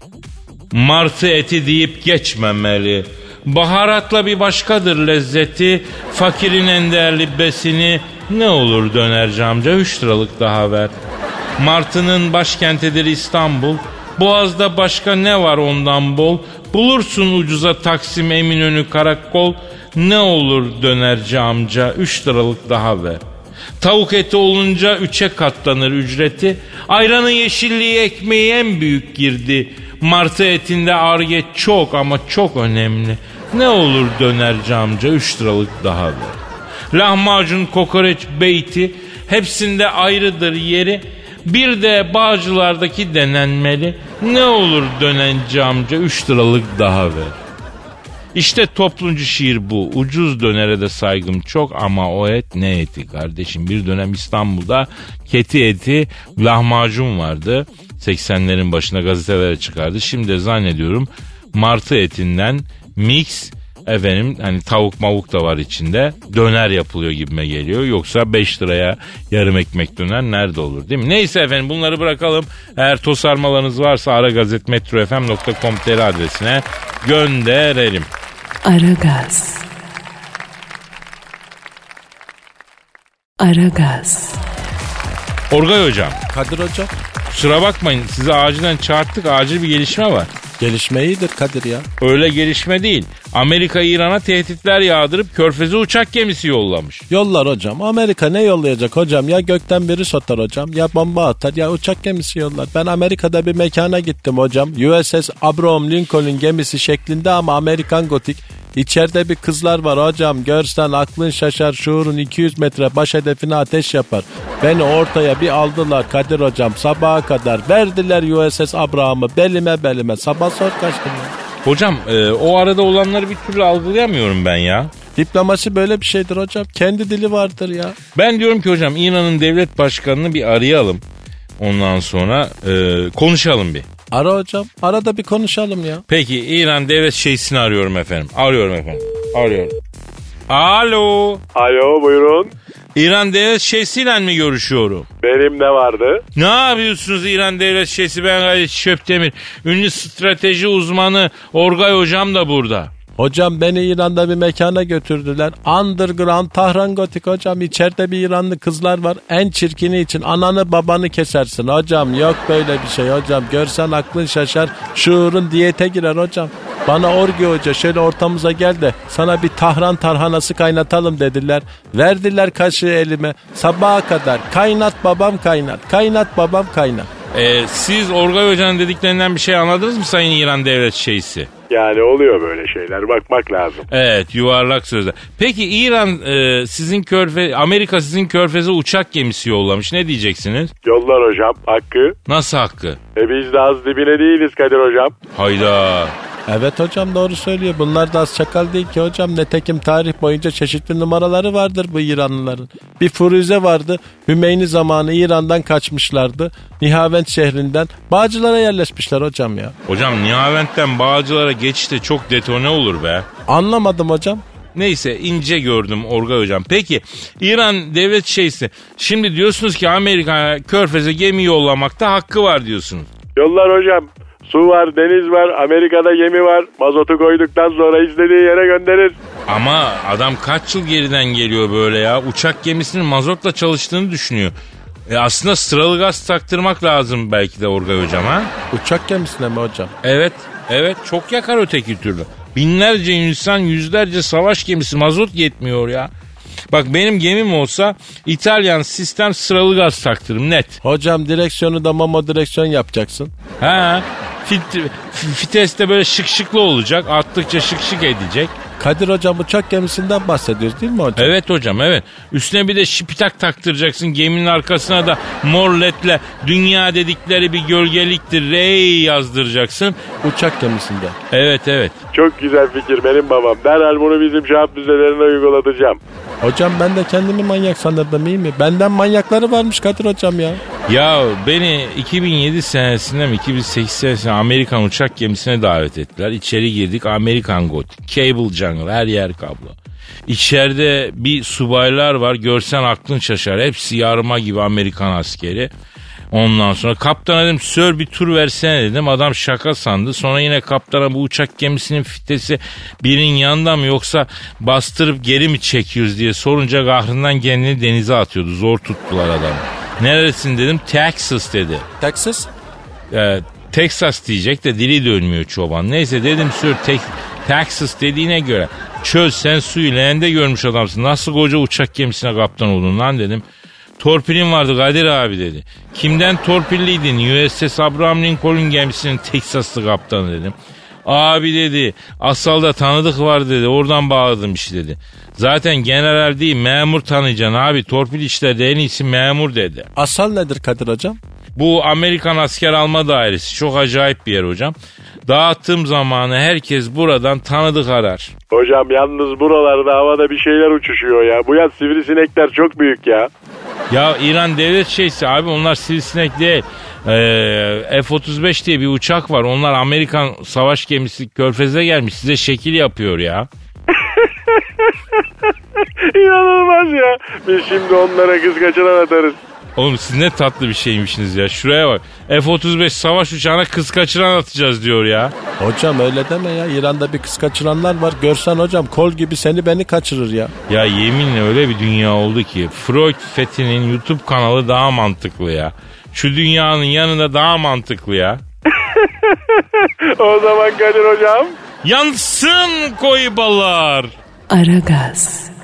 Martı eti deyip geçmemeli. Baharatla bir başkadır lezzeti. Fakirin en değerli besini. Ne olur dönerci amca 3 liralık daha ver. Martı'nın başkentidir İstanbul. Boğaz'da başka ne var ondan bol? Bulursun ucuza Taksim, Eminönü, Karakol. Ne olur dönerci amca 3 liralık daha ver. Tavuk eti olunca 3'e katlanır ücreti. Ayranın yeşilliği ekmeği en büyük girdi. Martı etinde arge çok ama çok önemli. Ne olur dönerci amca 3 liralık daha ver. Lahmacun, kokoreç, beyti hepsinde ayrıdır yeri. Bir de Bağcılar'daki denenmeli. Ne olur dönerci amca 3 liralık daha ver. İşte toplumcu şiir bu. Ucuz dönere de saygım çok ama o et ne eti kardeşim. Bir dönem İstanbul'da keti eti lahmacun vardı. 80'lerin başına gazetelere çıkardı. Şimdi de zannediyorum martı etinden mix, efendim hani tavuk mavuk da var içinde, döner yapılıyor gibime geliyor. Yoksa 5 liraya yarım ekmek döner nerede olur, değil mi? Neyse efendim, bunları bırakalım. Eğer tosarmalarınız varsa aragazetmetrofm.com.tr adresine gönderelim. Aragaz. Aragaz. Orgay hocam. Kadir hocam. Kusura bakmayın, sizi acilen çağırttık, acil bir gelişme var. Gelişme iyidir Kadir ya. Öyle gelişme değil. Amerika İran'a tehditler yağdırıp Körfez'e uçak gemisi yollamış. Yollar hocam. Amerika ne yollayacak hocam? Ya gökten biri satar hocam, ya bomba atar, ya uçak gemisi yollar. Ben Amerika'da bir mekana gittim hocam. USS Abraham Lincoln gemisi şeklinde ama Amerikan gotik. İçeride bir kızlar var hocam. Görsen aklın şaşar, şuurun 200 metre baş hedefine ateş yapar. Beni ortaya bir aldılar Kadir hocam, sabaha kadar. Verdiler USS Abraham'ı belime. Sabah sor kaçtım ya. Hocam o arada olanları bir türlü algılayamıyorum ben ya. Diplomasi böyle bir şeydir hocam. Kendi dili vardır ya. Ben diyorum ki hocam, İran'ın devlet başkanını bir arayalım. Ondan sonra konuşalım bir. Ara hocam. Arada bir konuşalım ya. Peki, İran devlet şeysini arıyorum efendim. Arıyorum. Alo. Alo, buyurun. İran devlet şeysiyle mi görüşüyorum? Benim ne vardı? Ne yapıyorsunuz İran devlet şeysi? Ben Halit Şöpdemir. Ünlü strateji uzmanı Orgay hocam da burada. Hocam beni İran'da bir mekana götürdüler. Underground Tahran Gotik hocam. İçeride bir İranlı kızlar var. En çirkini için ananı babanı kesersin hocam. Yok böyle bir şey hocam. Görsen aklın şaşar. Şuurun diyete girer hocam. Bana Orgi Hoca şöyle ortamıza gel de sana bir Tahran tarhanası kaynatalım dediler. Verdiler kaşığı elime. Sabaha kadar kaynat babam kaynat. Kaynat babam kaynat. Siz Orgay Hoca'nın dediklerinden bir şey anladınız mı Sayın İran devlet şeysi? Yani oluyor böyle şeyler, bakmak lazım. Evet, yuvarlak sözler. Peki İran Amerika sizin Körfez'e uçak gemisi yollamış. Ne diyeceksiniz? Yollar hocam, hakkı. Nasıl hakkı? Biz de az dibine değiliz Kadir hocam. Hayda. Evet hocam, doğru söylüyor. Bunlar da az çakal değil ki hocam. Netekim tarih boyunca çeşitli numaraları vardır bu İranlıların. Bir Firuze vardı. Hümeyni zamanı İran'dan kaçmışlardı. Nihavend şehrinden Bağcılar'a yerleşmişler hocam ya. Hocam Nihavend'den Bağcılar'a geçişte çok detone olur be. Anlamadım hocam. Neyse, ince gördüm Orgay hocam. Peki İran devlet şeysi, şimdi diyorsunuz ki Amerika Körfez'e gemi yollamakta hakkı var diyorsunuz. Yollar hocam. Su var, deniz var, Amerika'da gemi var. Mazotu koyduktan sonra istediği yere gönderir. Ama adam kaç yıl geriden geliyor böyle ya. Uçak gemisinin mazotla çalıştığını düşünüyor. Aslında sıralı gaz taktırmak lazım belki de Orgay hocam ha. Uçak gemisine mi hocam? Evet çok yakar öteki türlü. Binlerce insan, yüzlerce savaş gemisi, mazot yetmiyor ya. Bak benim gemim olsa İtalyan sistem sıralı gaz taktırım net. Hocam direksiyonu da mamo direksiyon yapacaksın. Ha, viteste böyle şıklı olacak, attıkça şık edecek. Kadir hocam uçak gemisinden bahsediyoruz değil mi hocam? Evet hocam evet. Üstüne bir de şipitak taktıracaksın. Geminin arkasına da mor ledle dünya dedikleri bir gölgeliktir rey yazdıracaksın. Uçak gemisinde. Evet. Çok güzel fikir benim babam. Derhal bunu bizim şahap düzelerine uygulatacağım. Hocam ben de kendimi manyak sanırdım iyi mi? Benden manyakları varmış Kadir hocam ya. Ya beni 2007 senesinde mi 2008 senesinde Amerikan uçak gemisine davet ettiler. İçeri girdik, Amerikan Gothic, Cable Jungle, her yer kablo. İçeride bir subaylar var, görsen aklın şaşar. Hepsi yarıma gibi Amerikan askeri. Ondan sonra kaptana dedim sir bir tur versene dedim. Adam şaka sandı. Sonra yine kaptana bu uçak gemisinin fitesi birinin yanında mı yoksa bastırıp geri mi çekiyoruz diye sorunca kahrından kendini denize atıyordu. Zor tuttular adamı. Neresin dedim, Texas dedi. Texas? Texas diyecek de dili dönmüyor çoban. Neyse dedim sir Texas dediğine göre çöz sen suyu leğende görmüş adamsın. Nasıl koca uçak gemisine kaptan oldun lan dedim. Torpilin vardı Kadir abi dedi. Kimden torpilliydin? USS Abraham Lincoln gemisinin Texaslı kaptanı dedim. Abi dedi Asal'da tanıdık var dedi, oradan bağladım işi dedi. Zaten general değil memur tanıyacaksın abi, torpil işlerde en iyisi memur dedi. Asal nedir Kadir hocam? Bu Amerikan asker alma dairesi, çok acayip bir yer hocam. Dağıttığım zamanı herkes buradan tanıdık arar. Hocam yalnız buralarda havada bir şeyler uçuşuyor ya. Bu yaz sivrisinekler çok büyük ya. Ya İran devlet şeysi abi, onlar sivrisinek değil. F-35 diye bir uçak var. Onlar Amerikan savaş gemisi Körfez'e gelmiş. Size şekil yapıyor ya. İnanılmaz ya. Biz şimdi onlara kız kaçıran atarız. Oğlum siz ne tatlı bir şeymişsiniz ya. Şuraya bak. F-35 savaş uçağına kız kaçıran atacağız diyor ya. Hocam öyle deme ya. İran'da bir kız kaçıranlar var. Görsen hocam kol gibi seni beni kaçırır ya. Ya yeminle öyle bir dünya oldu ki Freud Fethi'nin YouTube kanalı daha mantıklı ya. Şu dünyanın yanında daha mantıklı ya. O zaman Kadir hocam. Yansın koybalar. Aragaz.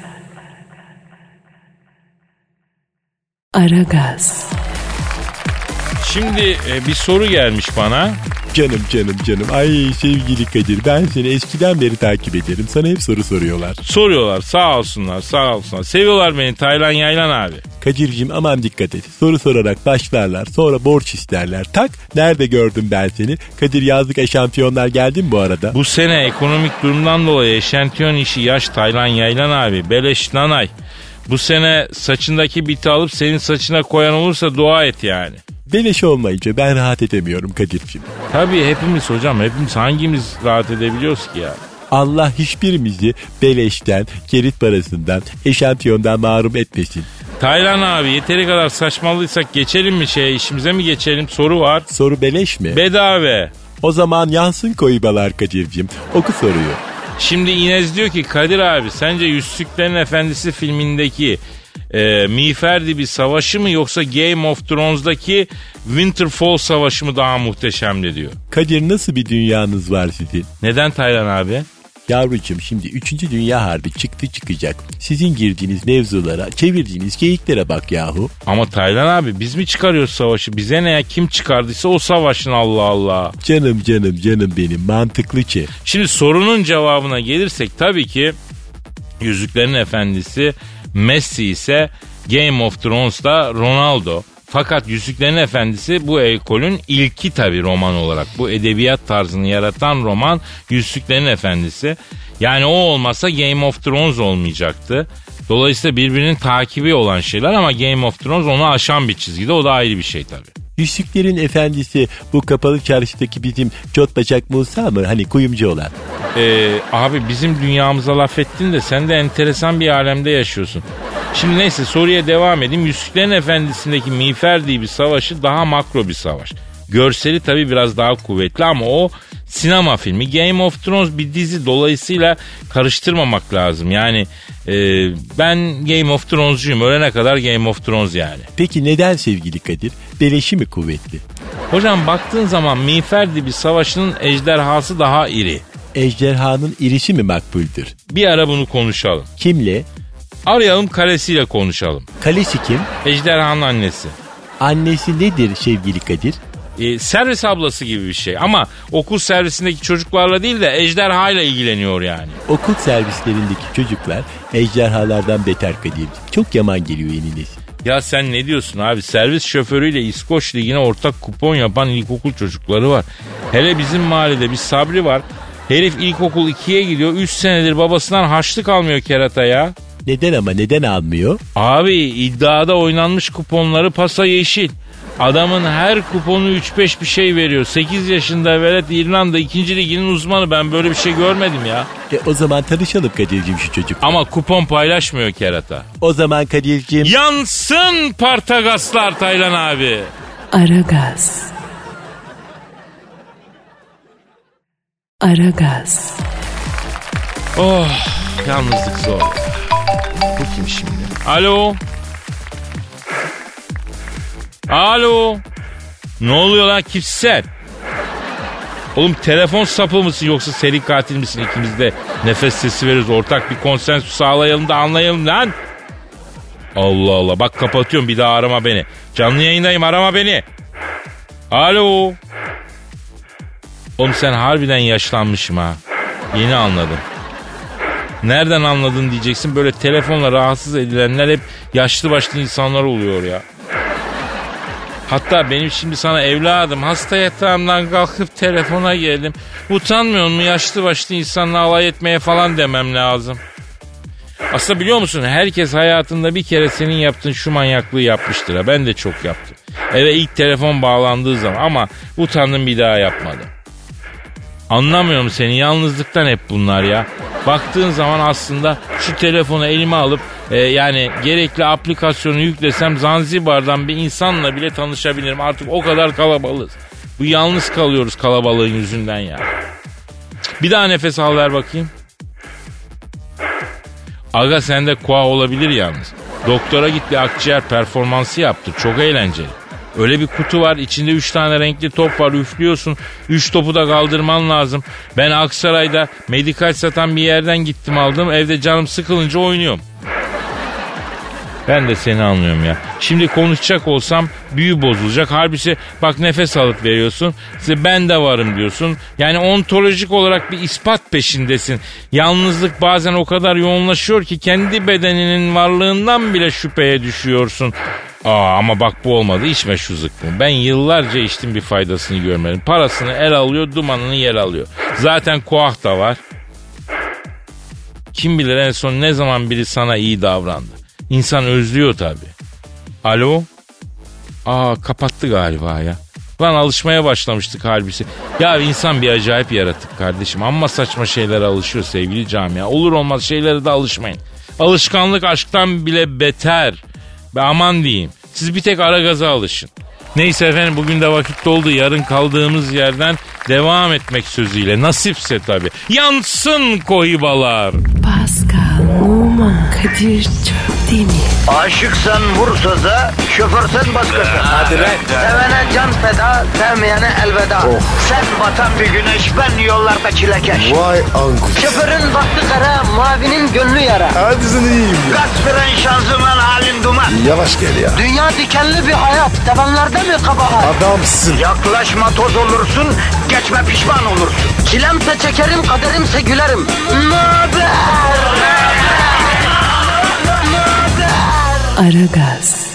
Şimdi bir soru gelmiş bana. Canım. Ay sevgili Kadir, ben seni eskiden beri takip ederim. Sana hep soru soruyorlar. Soruyorlar sağ olsunlar. Seviyorlar beni Taylan Yaylan abi. Kadir'cim aman dikkat et. Soru sorarak başlarlar, sonra borç isterler. Tak, nerede gördüm ben seni? Kadir yazlık eşantiyonlar geldi mi bu arada? Bu sene ekonomik durumdan dolayı eşantiyon işi yaş Taylan Yaylan abi. Beleş nanay. Bu sene saçındaki biti alıp senin saçına koyan olursa dua et yani. Beleş olmayınca ben rahat edemiyorum Kadir'cim. Tabii hepimiz hocam, hepimiz, hangimiz rahat edebiliyoruz ki ya? Allah hiçbirimizi beleşten, kerit parasından, eşantiyondan mahrum etmesin. Taylan abi yeteri kadar saçmalıysak geçelim mi işimize mi geçelim? Soru var. Soru beleş mi? Bedava. O zaman yansın koybalar Kadir'cim. Oku soruyu. Şimdi İnez diyor ki Kadir abi sence Yüzüklerin Efendisi filmindeki Miğferdi bir savaşı mı yoksa Game of Thrones'daki Winterfell savaşı mı daha muhteşemdi diyor. Kadir nasıl bir dünyanız var sizin? Neden Taylan abi? Yavrucuğum şimdi 3. Dünya Harbi çıkacak. Sizin girdiğiniz mevzulara, çevirdiğiniz geyiklere bak yahu. Ama Taylan abi biz mi çıkarıyoruz savaşı? Bize ne ya, kim çıkardıysa o savaşın, Allah Allah. Canım benim, mantıklı ki. Şimdi sorunun cevabına gelirsek tabii ki Yüzüklerin Efendisi Messi ise Game of Thrones'ta Ronaldo. Fakat Yüzüklerin Efendisi bu ekolün ilki tabii roman olarak. Bu edebiyat tarzını yaratan roman Yüzüklerin Efendisi. Yani o olmasa Game of Thrones olmayacaktı. Dolayısıyla birbirinin takibi olan şeyler ama Game of Thrones onu aşan bir çizgide, o da ayrı bir şey tabii. Yüzüklerin Efendisi bu kapalı çarşıdaki bizim Çot Bacak Musa mı? Hani kuyumcu olan. Abi bizim dünyamıza laf ettin de sen de enteresan bir alemde yaşıyorsun. Şimdi neyse soruya devam edeyim. Yüzüklerin Efendisi'ndeki Miğfer diye bir savaşı daha makro bir savaş. Görseli tabii biraz daha kuvvetli ama o sinema filmi. Game of Thrones bir dizi, dolayısıyla karıştırmamak lazım. Yani ben Game of Thrones'cuyum. Ölene kadar Game of Thrones yani. Peki neden sevgili Kadir? Beleşi mi kuvvetli? Hocam baktığın zaman Miğfer Dibi Savaşı'nın ejderhası daha iri. Ejderhanın irisi mi makbuldür? Bir ara bunu konuşalım. Kimle? Arayalım, kalesiyle konuşalım. Kalesi kim? Ejderhanın annesi. Annesi nedir sevgili Kadir? Servis ablası gibi bir şey ama okul servisindeki çocuklarla değil de ejderhayla ilgileniyor yani. Okul servislerindeki çocuklar ejderhalardan beter Kadir'cim. Çok yaman geliyor yeni nesil. Ya sen ne diyorsun abi? Servis şoförüyle İskoç Ligi'ne ortak kupon yapan ilkokul çocukları var. Hele bizim mahallede bir Sabri var. Herif ilkokul 2'ye gidiyor. 3 senedir babasından harçlık almıyor kerata ya. Neden ama neden almıyor? Abi iddiada oynanmış kuponları pasa yeşil. Adamın her kuponu 3-5 bir şey veriyor. 8 yaşında velet İrlanda 2. liginin uzmanı. Ben böyle bir şey görmedim ya. O zaman tanışalım Kadir'cim şu çocuk. Ama kupon paylaşmıyor kerata. O zaman Kadir'cim... Yansın Partagaslar Taylan abi. Aragaz. Aragaz. Oh, yalnızlık zor. Bu kim şimdi? Alo. Alo. Ne oluyor lan, kimsin sen? Oğlum telefon sapı mısın yoksa seri katil misin? İkimiz de nefes sesi veririz. Ortak bir konsensüs sağlayalım da anlayalım lan. Allah Allah, bak kapatıyorum, bir daha arama beni. Canlı yayındayım, arama beni. Alo. Oğlum sen harbiden yaşlanmışım ha. Yeni anladım. Nereden anladın diyeceksin. Böyle telefonla rahatsız edilenler hep yaşlı başlı insanlar oluyor ya. Hatta benim şimdi sana evladım hasta yatağımdan kalkıp telefona geldim. Utanmıyor mu yaşlı başlı insanla alay etmeye falan demem lazım. Aslında biliyor musun, herkes hayatında bir kere senin yaptığın şu manyaklığı yapmıştır ha. Ben de çok yaptım. Eve ilk telefon bağlandığı zaman ama utandım, bir daha yapmadım. Anlamıyorum seni, yalnızlıktan hep bunlar ya. Baktığın zaman aslında şu telefonu elime alıp yani gerekli aplikasyonu yüklesem Zanzibar'dan bir insanla bile tanışabilirim. Artık o kadar kalabalığız. Bu yalnız kalıyoruz kalabalığın yüzünden ya. Bir daha nefes al ver bakayım. Aga sende koa olabilir yalnız. Doktora git, bir akciğer performansı yaptır. Çok eğlenceli. Öyle bir kutu var, içinde 3 tane renkli top var, üflüyorsun. 3 topu da kaldırman lazım. Ben Aksaray'da medikal satan bir yerden gittim aldım. Evde canım sıkılınca oynuyorum. Ben de seni anlıyorum ya. Şimdi konuşacak olsam büyü bozulacak. Halbuki bak nefes alıp veriyorsun. İşte ben de varım diyorsun. Yani ontolojik olarak bir ispat peşindesin. Yalnızlık bazen o kadar yoğunlaşıyor ki kendi bedeninin varlığından bile şüpheye düşüyorsun. Ama bak bu olmadı, içme şu zıkkımı. Ben yıllarca içtim, bir faydasını görmedim. Parasını el alıyor, dumanını yer alıyor. Zaten koah da var. Kim bilir en son ne zaman biri sana iyi davrandı. İnsan özlüyor tabii. Alo? Kapattı galiba ya. Lan alışmaya başlamıştık halbuki. Ya insan bir acayip yaratık kardeşim. Amma saçma şeylere alışıyor sevgili camia. Olur olmaz şeylere de alışmayın. Alışkanlık aşktan bile beter. Be aman diyeyim. Siz bir tek Aragaz'a alışın. Neyse efendim, bugün de vakit doldu. Yarın kaldığımız yerden devam etmek sözüyle. Nasipse tabii. Yansın kohibalar. Pascal, Oman, Kadir çok değil mi? Aşıksan vursa da, şoförsen başkasın. Hadi lan. Sevene can feda, sevmeyene elveda. Sen batan bir güneş, ben yollarda çilekeş. Vay anku. Şoförün baktı kara, mavinin gönlü yara. Hadi sen iyiyim ya. Kasperen şanzıman halin duman. Yavaş gel ya. Dünya dikenli bir hayat, sevenlerde mi kabahar? Adamsın. Yaklaşma toz olursun, geçme pişman olursun. Çilemse çekerim, kaderimse gülerim. Möber! Aragaz.